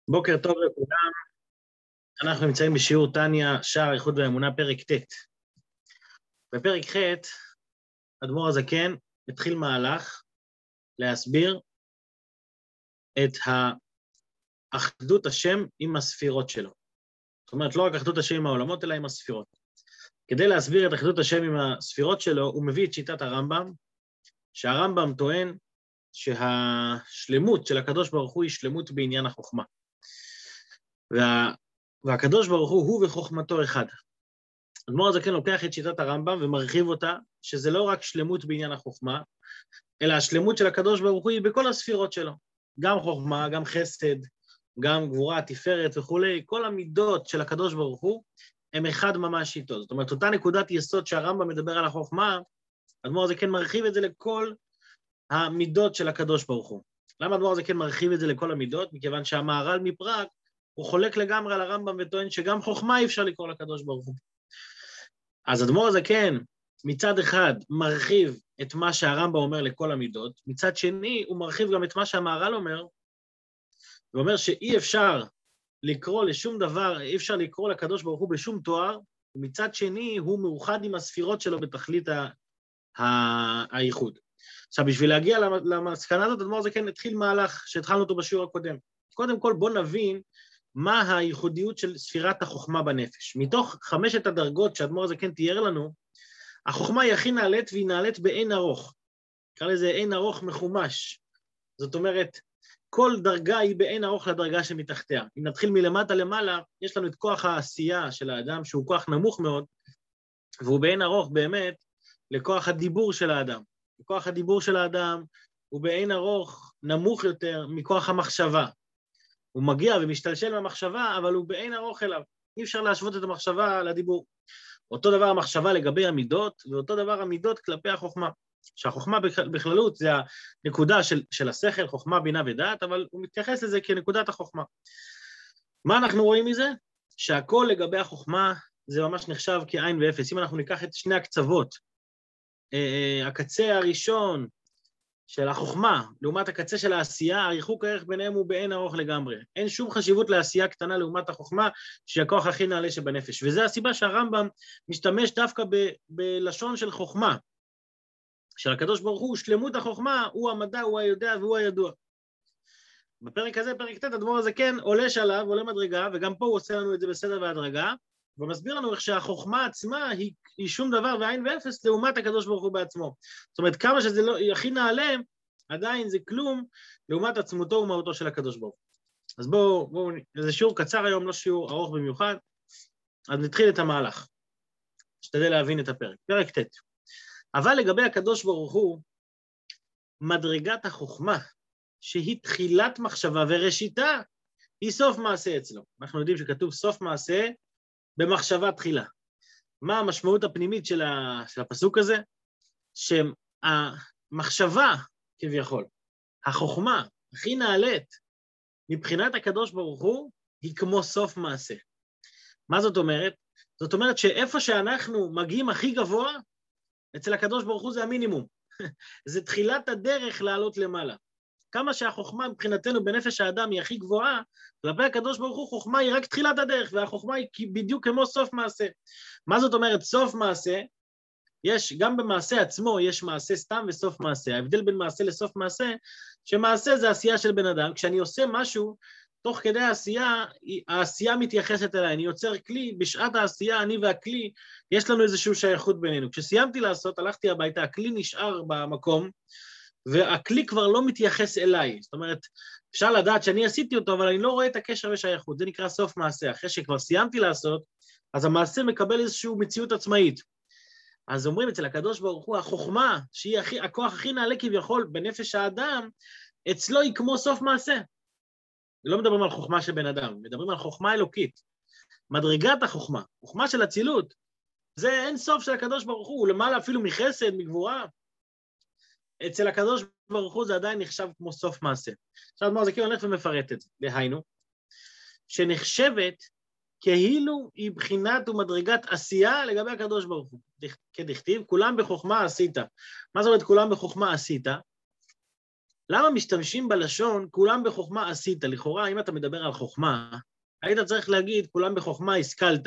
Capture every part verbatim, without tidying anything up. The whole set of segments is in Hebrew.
בוקר טוב לכולם, אנחנו נמצאים בשיעור תניא, שער האיחוד והאמונה, פרק ט'. בפרק ח', אדמו"ר הזקן התחיל מהלך להסביר את האחדות השם עם הספירות שלו. זאת אומרת, לא רק אחדות השם עם העולמות, אלא עם הספירות. כדי להסביר את אחדות השם עם הספירות שלו, הוא מביא את שיטת הרמב"ם, שהרמב"ם טוען שהשלמות של הקדוש ברוך הוא היא שלמות בעניין החוכמה. וה... והקדוש ברוך הוא, הוא וחוכמתו אחד. אדמו"ר הזקן לוקח את שיטת הרמב"ם ומרחיב אותה, שזה לא רק שלמות בעניין החוכמה, אלא השלמות של הקדוש ברוך הוא היא בכל הספירות שלו. גם חוכמה, גם חסד, גם גבורה, תפארת וכולי, כל המידות של הקדוש ברוך הוא, הם אחד ממש איתו. זאת אומרת, אותה נקודת יסוד שהרמב"ם מדבר על החוכמה, אדמו"ר הזקן מרחיב את זה לכל המידות של הקדוש ברוך הוא. למה אדמו"ר הזקן מרחיב את זה לכל המידות? מכיוון שהמהר"ל מפראג, הוא חולק לגמרי על הרמב"ם וטוען שגם חוכמה אי אפשר לקרוא לקדוש ברוך הוא. אז אדמו"ר הזקן מצד אחד מרחיב את מה שהרמב"ם אומר לכל המידות, מצד שני הוא מרחיב גם את מה שהמהר"ל אומר, הוא אומר שאי אפשר לקרוא לשום דבר, אי אפשר לקרוא לקדוש ברוך הוא בשום תואר, ומצד שני הוא מאוחד עם הספירות שלו בתכלית הייחוד. עכשיו, בשביל להגיע למסקנה הזאת, אדמו"ר הזקן התחיל מהלך שהתחלנו אותו בשיעור הקודם. קודם כל בוא נבין מה הייחודיות של ספירת החוכמה בנפש. מתוך חמשת הדרגות שאדמו"ר הזקן תיאר לנו, החוכמה היא הכי נעלית והיא נעלית באין ארוך. נקרא לזה אין ארוך מחומש. זאת אומרת, כל דרגה היא באין ארוך לדרגה שמתחתיה. אם נתחיל מלמטה למעלה, יש לנו את כוח העשייה של האדם, שהוא כוח נמוך מאוד, והוא באין ארוך באמת לכוח הדיבור של האדם. כוח הדיבור של האדם הוא באין ארוך נמוך יותר מכוח המחשבה. הוא מגיע ומשתלשל מהמחשבה, אבל הוא באין ארוך אליו. אי אפשר להשוות את המחשבה לדיבור. אותו דבר המחשבה לגבי המידות, ואותו דבר המידות כלפי החוכמה. שהחוכמה בכללות זה הנקודה של, של השכל, חוכמה, בינה ודעת, אבל הוא מתייחס לזה כנקודת החוכמה. מה אנחנו רואים מזה? שהכל לגבי החוכמה זה ממש נחשב כעין ואפס. אם אנחנו ניקח את שני הקצוות, הקצה הראשון של החוכמה, לעומת הקצה של העשייה, הריחוק הערך ביניהם הוא באין ארוך לגמרי. אין שום חשיבות לעשייה קטנה לעומת החוכמה, שהיא הכוח הכי נעלה שבנפש. וזו הסיבה שהרמב"ם משתמש דווקא ב- בלשון של חוכמה. של הקדוש ברוך הוא, שלמות החוכמה, הוא המדע, הוא היודע והוא הידוע. בפרק הזה, פרק ט', אדמו"ר הזקן עולה שלב, עולה מדרגה, וגם פה הוא עושה לנו את זה בסדר והדרגה, ומסביר לנו איך שהחוכמה עצמה היא, היא שום דבר ועין ואפס לעומת הקדוש ברוך הוא בעצמו. זאת אומרת, כמה שזה לא, הכי נעלה, עדיין זה כלום לעומת עצמותו ומהותו של הקדוש ברוך הוא. אז בואו, בואו, זה שיעור קצר היום, לא שיעור ארוך במיוחד, אז נתחיל את המהלך. נשתדל להבין את הפרק. פרק ט'. אבל לגבי הקדוש ברוך הוא, מדרגת החוכמה, שהיא תחילת מחשבה וראשיתה, היא סוף מעשה אצלו. אנחנו יודעים שכתוב סוף מעשה, במחשבה תחילה. מה המשמעות הפנימית של, ה... של הפסוק הזה? שהמחשבה, כביכול, החוכמה הכי נעלית, מבחינת הקדוש ברוך הוא, היא כמו סוף מעשה. מה זאת אומרת? זאת אומרת שאיפה שאנחנו מגיעים הכי גבוה, אצל הקדוש ברוך הוא זה המינימום. זה תחילת הדרך לעלות למעלה. כמה שהחוכמה מבחינתנו בנפש האדם היא הכי גבוהה, כלפי הקדוש ברוך הוא חוכמה היא רק תחילת הדרך, והחוכמה היא בדיוק כמו סוף מעשה. מה זאת אומרת סוף מעשה? יש, גם במעשה עצמו יש מעשה סתם וסוף מעשה. ההבדל בין מעשה לסוף מעשה, שמעשה זה עשייה של בן אדם. כשאני עושה משהו, תוך כדי העשייה, העשייה מתייחסת אליי. אני יוצר כלי, בשעת העשייה, אני והכלי, יש לנו איזושהי שייכות בינינו. כשסיימתי לעשות, הלכתי הביתה, הכלי נשאר במקום, והכלי כבר לא מתייחס אליי. זאת אומרת, אפשר לדעת שאני עשיתי אותו, אבל אני לא רואה את הקשר ושייכות. זה נקרא סוף מעשה. אחרי שכבר סיימתי לעשות, אז המעשה מקבל איזושהי מציאות עצמאית. אז אומרים אצל הקדוש ברוך הוא, החוכמה, שהיא הכי, הכוח הכי נעלה כביכול בנפש האדם, אצלו היא כמו סוף מעשה. לא מדברים על חוכמה של בן אדם, מדברים על חוכמה אלוקית. מדרגת החוכמה, חוכמה של אצילות, זה אין סוף של הקדוש ברוך הוא, למעלה אפילו מחסד, מגבורה. אצל הקדוש ברוך הוא זה עדיין נחשב כמו סוף מעשה. עכשיו אדמו"ר הזקן הולך ומפרט את זה, דהיינו, שנחשבת כאילו היא בחינת ומדרגת עשייה לגבי הקדוש ברוך הוא. כדכתיב, כולם בחוכמה עשית. מה זאת אומרת כולם בחוכמה עשית? למה משתמשים בלשון כולם בחוכמה עשית? לכאורה, אם אתה מדבר על חוכמה, היית צריך להגיד כולם בחוכמה השכלת.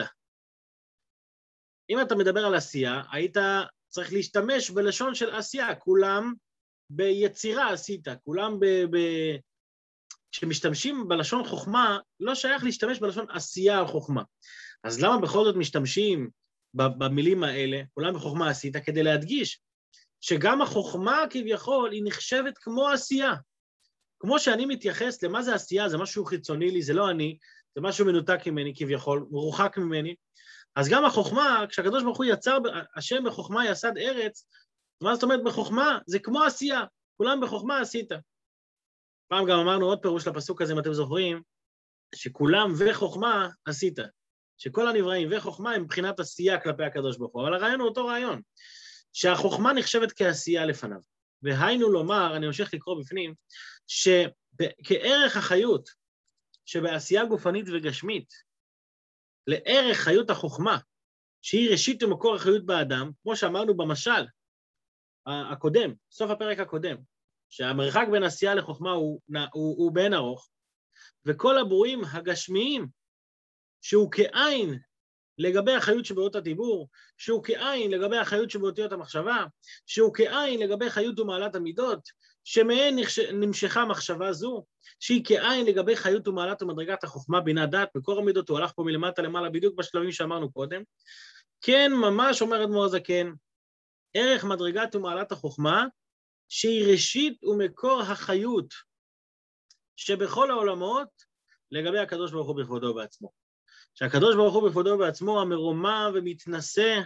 אם אתה מדבר על עשייה, היית צריך להשתמש בלשון של עשייה, כולם ביצירה עשית, כולם ב... ב... כשמשתמשים בלשון חוכמה, לא שייך להשתמש בלשון עשייה על חוכמה. אז למה בכל זאת משתמשים במילים האלה, כולם בחוכמה עשית, כדי להדגיש שגם החוכמה כביכול היא נחשבת כמו עשייה. כמו שאני מתייחס למה זה עשייה, זה משהו חיצוני לי, זה לא אני, זה משהו מנותק ממני כביכול, מרוחק ממני. אז גם החוכמה, כשהקדוש ברוך הוא יצר, השם בחוכמה יסד ארץ, מה זאת אומרת בחוכמה? זה כמו עשייה, כולם בחוכמה עשית. פעם גם אמרנו עוד פירוש לפסוק הזה, אם אתם זוכרים, שכולם וחוכמה עשית. שכל הנבראים וחוכמה הם מבחינת עשייה כלפי הקדוש ברוך הוא. אבל הרעיון הוא אותו רעיון, שהחוכמה נחשבת כעשייה לפניו. והיינו לומר, אני ממשיך לקרוא בפנים, שכערך החיות, שבעשייה גופנית וגשמית, לערך חיות החוכמה, שהיא ראשית ומקור החיות באדם, כמו שאמרנו במשל הקודם, סוף הפרק הקודם, שהמרחק בין עשייה לחוכמה הוא, הוא, הוא בין ארוך, וכל הברואים הגשמיים, שהוא כעין לגבי החיות שבאות הדיבור, שהוא כעין לגבי החיות שבאותיות המחשבה, שהוא כעין לגבי חיות ומעלת המידות, שמהן נמשכה מחשבה זו, שהיא כעין לגבי חיות ומעלת ומדרגת החוכמה בינה דת, מקור המידות הוא הלך פה מלמטה למעלה בדיוק בשלבים שאמרנו קודם, כן ממש אומר אדמו"ר הזקן, ערך מדרגת ומעלת החוכמה, שהיא ראשית ומקור החיות, שבכל העולמות לגבי הקדוש ברוך הוא בכבודו בעצמו. שהקדוש ברוך הוא בכבודו בעצמו המרומם ומתנשא.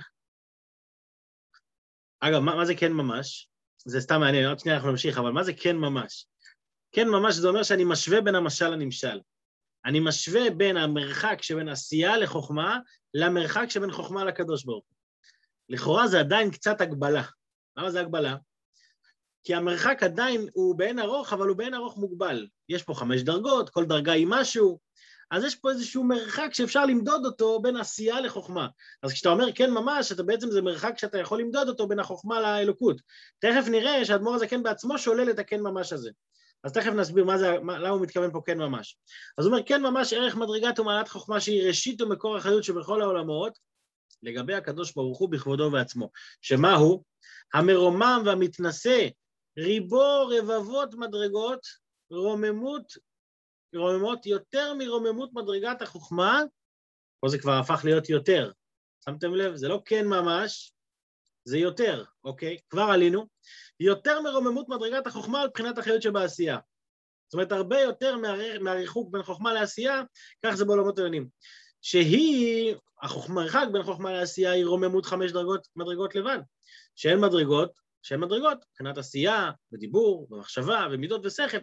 אגב, מה, מה זה כן ממש? זה סתם מעניין, עוד שנייה אנחנו נמשיך, אבל מה זה כן ממש? כן ממש זה אומר שאני משווה בין המשל לנמשל. אני משווה בין המרחק שבין עשייה לחוכמה, למרחק שבין חוכמה לקדוש ברוך הוא. לכאורה זה עדיין קצת הגבלה. למה זה הגבלה? כי המרחק עדיין הוא בעין ארוך, אבל הוא בעין ארוך מוגבל. יש פה חמש דרגות, כל דרגה היא משהו, אז יש פה איזשהו מרחק שאפשר למדוד אותו בין עשייה לחוכמה. אז כשאתה אומר כן ממש, אתה בעצם זה מרחק שאתה יכול למדוד אותו בין החוכמה לאלוקות. תכף נראה שהאדמו"ר הזקן בעצמו שולל את הכן ממש הזה. אז תכף נסביר מה זה, מה, למה הוא מתכוון פה כן ממש. אז הוא אומר כן ממש ערך מדרגת ומעלת חוכמה שהיא ראשית ומקור החיות שבכל העולמות, לגבי הקדוש ברוך הוא בכבודו ועצמו. שמה הוא? המרומם והמתנשא, ריבו רבבות מדרגות, רוממות, רוממות יותר מרוממות מדרגת החוכמה, פה זה כבר הפך להיות יותר. שמתם לב? זה לא כן ממש, זה יותר, אוקיי? כבר עלינו. יותר מרוממות מדרגת החוכמה על בחינת החיות שבעשייה. זאת אומרת, הרבה יותר מהריחוק בין חוכמה לעשייה, כך זה בעולמות העליונים. שהיא, החוכמה, מרחק בין חוכמה לעשייה היא רוממות חמש דרגות, מדרגות לבד. שאין מדרגות, שאין מדרגות, מבחינת עשייה, בדיבור, במחשבה, במידות ושכל.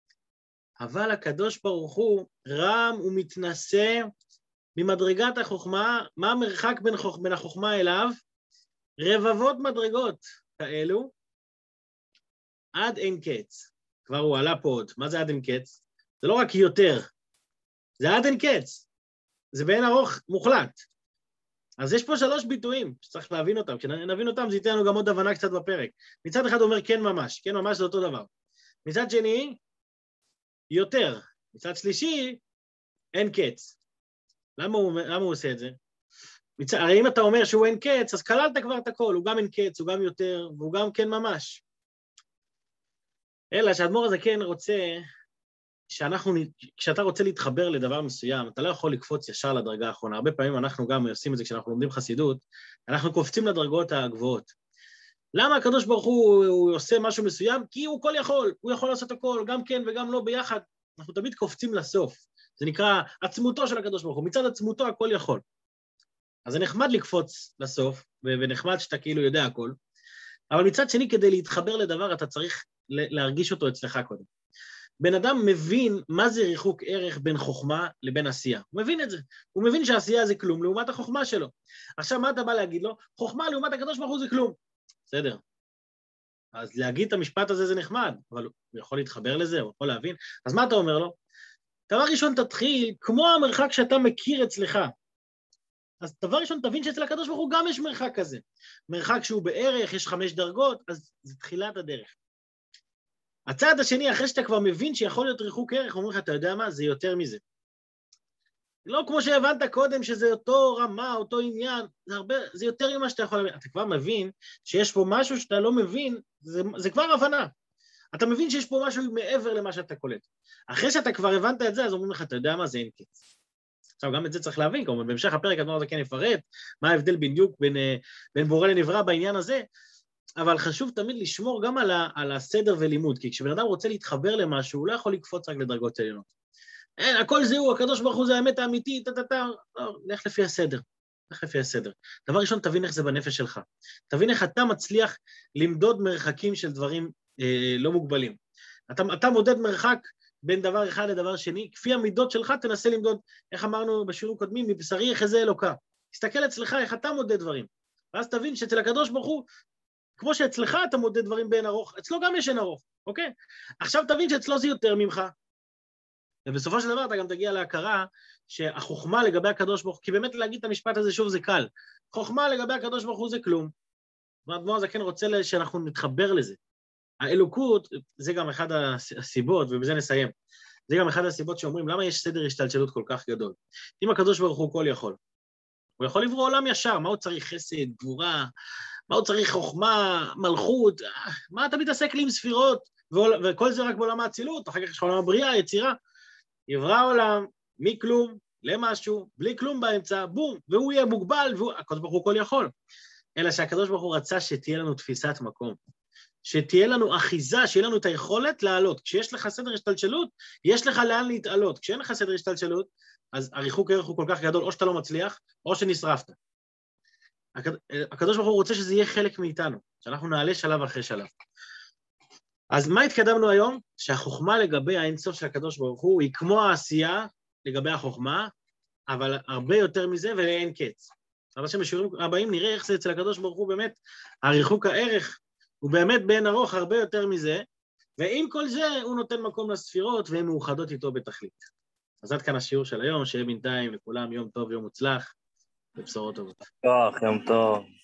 אבל הקדוש ברוך הוא רם ומתנשא ממדרגת החוכמה, מה המרחק בין, חוכ... בין החוכמה אליו? רבבות מדרגות כאלו, עד אין קץ. כבר הוא עלה פה עוד, מה זה עד אין קץ? זה לא רק יותר, זה עד אין קץ, זה באין ארוך מוחלט. אז יש פה שלוש ביטויים שצריך להבין אותם, כשנבין אותם זה ייתן לנו גם עוד הבנה קצת בפרק. מצד אחד הוא אומר כן ממש, כן ממש זה אותו דבר. מצד שני, יותר. מצד שלישי, אין קץ. למה הוא, למה הוא עושה את זה? מצד, הרי אם אתה אומר שהוא אין קץ, אז כללת כבר את הכל, הוא גם אין קץ, הוא גם יותר, והוא גם כן ממש. אלא שהאדמו"ר הזקן רוצה, שאנחנו, כשאתה רוצה להתחבר לדבר מסוים, אתה לא יכול לקפוץ ישר לדרגה האחרונה. הרבה פעמים אנחנו גם עושים את זה כשאנחנו לומדים חסידות, אנחנו קופצים לדרגות הגבוהות. למה הקדוש ברוך הוא, הוא עושה משהו מסוים? כי הוא כל יכול, הוא יכול לעשות הכל, גם כן וגם לא ביחד. אנחנו תמיד קופצים לסוף. זה נקרא עצמותו של הקדוש ברוך הוא, מצד עצמותו הכל יכול. אז זה נחמד לקפוץ לסוף, ונחמד שאתה כאילו יודע הכל, אבל מצד שני, כדי להתחבר לדבר, אתה צריך להרגיש אותו אצלך קודם. בן אדם מבין מה זה ריחוק ערך בין חוכמה לבין עשייה. הוא מבין את זה. הוא מבין שהעשייה זה כלום לעומת החוכמה שלו. עכשיו, מה אתה בא להגיד לו? חוכמה לעומת הקדוש ברוך הוא זה כלום. בסדר. אז להגיד את המשפט הזה זה נחמד, אבל הוא יכול להתחבר לזה, הוא יכול להבין. אז מה אתה אומר לו? דבר ראשון תתחיל, כמו המרחק שאתה מכיר אצלך. אז דבר ראשון תבין שאצל הקדוש ברוך הוא גם יש מרחק כזה. מרחק שהוא בערך, יש חמש דרגות, אז זה תחילת הדרך. הצעד השני, אחרי שאתה כבר מבין שיכול להיות ריחוק ערך, אומרים לך, אתה יודע מה? זה יותר מזה. לא כמו שהבנת קודם, שזה אותו רמה, אותו עניין, זה, הרבה, זה יותר ממה שאתה יכול להבין. אתה כבר מבין שיש פה משהו שאתה לא מבין, זה, זה כבר הבנה. אתה מבין שיש פה משהו מעבר למה שאתה קולט. אחרי שאתה כבר הבנת את זה, אז אומרים לך, אתה יודע מה? זה אין קץ. עכשיו, גם את זה צריך להבין, כלומר, בהמשך הפרק, הדבר הזה כן יפרט, מה ההבדל בדיוק בין, בין בורא לנברא בעניין הזה, אבל חשוב תמיד לשמור גם על, ה, על הסדר ולימוד, כי כשבן אדם רוצה להתחבר למשהו, הוא לא יכול לקפוץ רק לדרגות עליונות. אין, הכל זהו, הקדוש ברוך הוא זה האמת האמיתית, תתתתר, לא, לך לפי הסדר, לך לפי הסדר. דבר ראשון, תבין איך זה בנפש שלך. תבין איך אתה מצליח למדוד מרחקים של דברים אה, לא מוגבלים. אתה, אתה מודד מרחק בין דבר אחד לדבר שני, כפי המידות שלך תנסה למדוד, איך אמרנו בשיעורים קודמים, מבשרי יחזה אלוקה. תסתכל אצלך איך אתה מודד דברים, ואז תבין שאצל הקדוש ברוך הוא, כמו שאצלך אתה מודד דברים בין ארוך, אצלו גם יש אין ארוך, אוקיי? עכשיו תבין שאצלו זה יותר ממך. ובסופו של דבר אתה גם תגיע להכרה שהחוכמה לגבי הקדוש ברוך הוא, כי באמת להגיד את המשפט הזה שוב זה קל, חוכמה לגבי הקדוש ברוך הוא זה כלום. והאדמו"ר הזקן רוצה שאנחנו נתחבר לזה. האלוקות, זה גם אחד הסיבות, ובזה נסיים, זה גם אחד הסיבות שאומרים, למה יש סדר השתלשלות כל כך גדול? אם הקדוש ברוך הוא כל יכול, הוא יכול לברוא עולם ישר, מה הוא צריך חסד, גבורה, מה הוא צריך חוכמה, מלכות, מה אתה מתעסק לי עם ספירות, וכל זה רק בעולם האצילות, אחר כך יש עולם הבריאה, יצירה, יברא עולם מכלום למשהו, בלי כלום באמצע, בום, והוא יהיה מוגבל, והקדוש ברוך הוא כל יכול. אלא שהקדוש ברוך הוא רצה שתהיה לנו תפיסת מקום, שתהיה לנו אחיזה, שיהיה לנו את היכולת לעלות. כשיש לך סדר השתלשלות, יש לך לאן להתעלות. כשאין לך סדר השתלשלות, אז הריחוק ערך הוא כל כך גדול, או שאתה לא מצליח, או שנשרפת. הקדוש ברוך הוא רוצה שזה יהיה חלק מאיתנו, שאנחנו נעלה שלב אחרי שלב. אז מה התקדמנו היום? שהחוכמה לגבי האינסוף של הקדוש ברוך הוא, היא כמו העשייה לגבי החוכמה, אבל הרבה יותר מזה ולאין קץ. אבל שבשיעורים הבאים נראה איך זה אצל הקדוש ברוך הוא באמת, הריחוק הערך הוא באמת בין ארוך הרבה יותר מזה, ועם כל זה הוא נותן מקום לספירות, והן מאוחדות איתו בתכלית. אז עד כאן השיעור של היום, שיהיה בינתיים לכולם יום טוב, יום מוצלח, ובשורות טובות. יום טוב.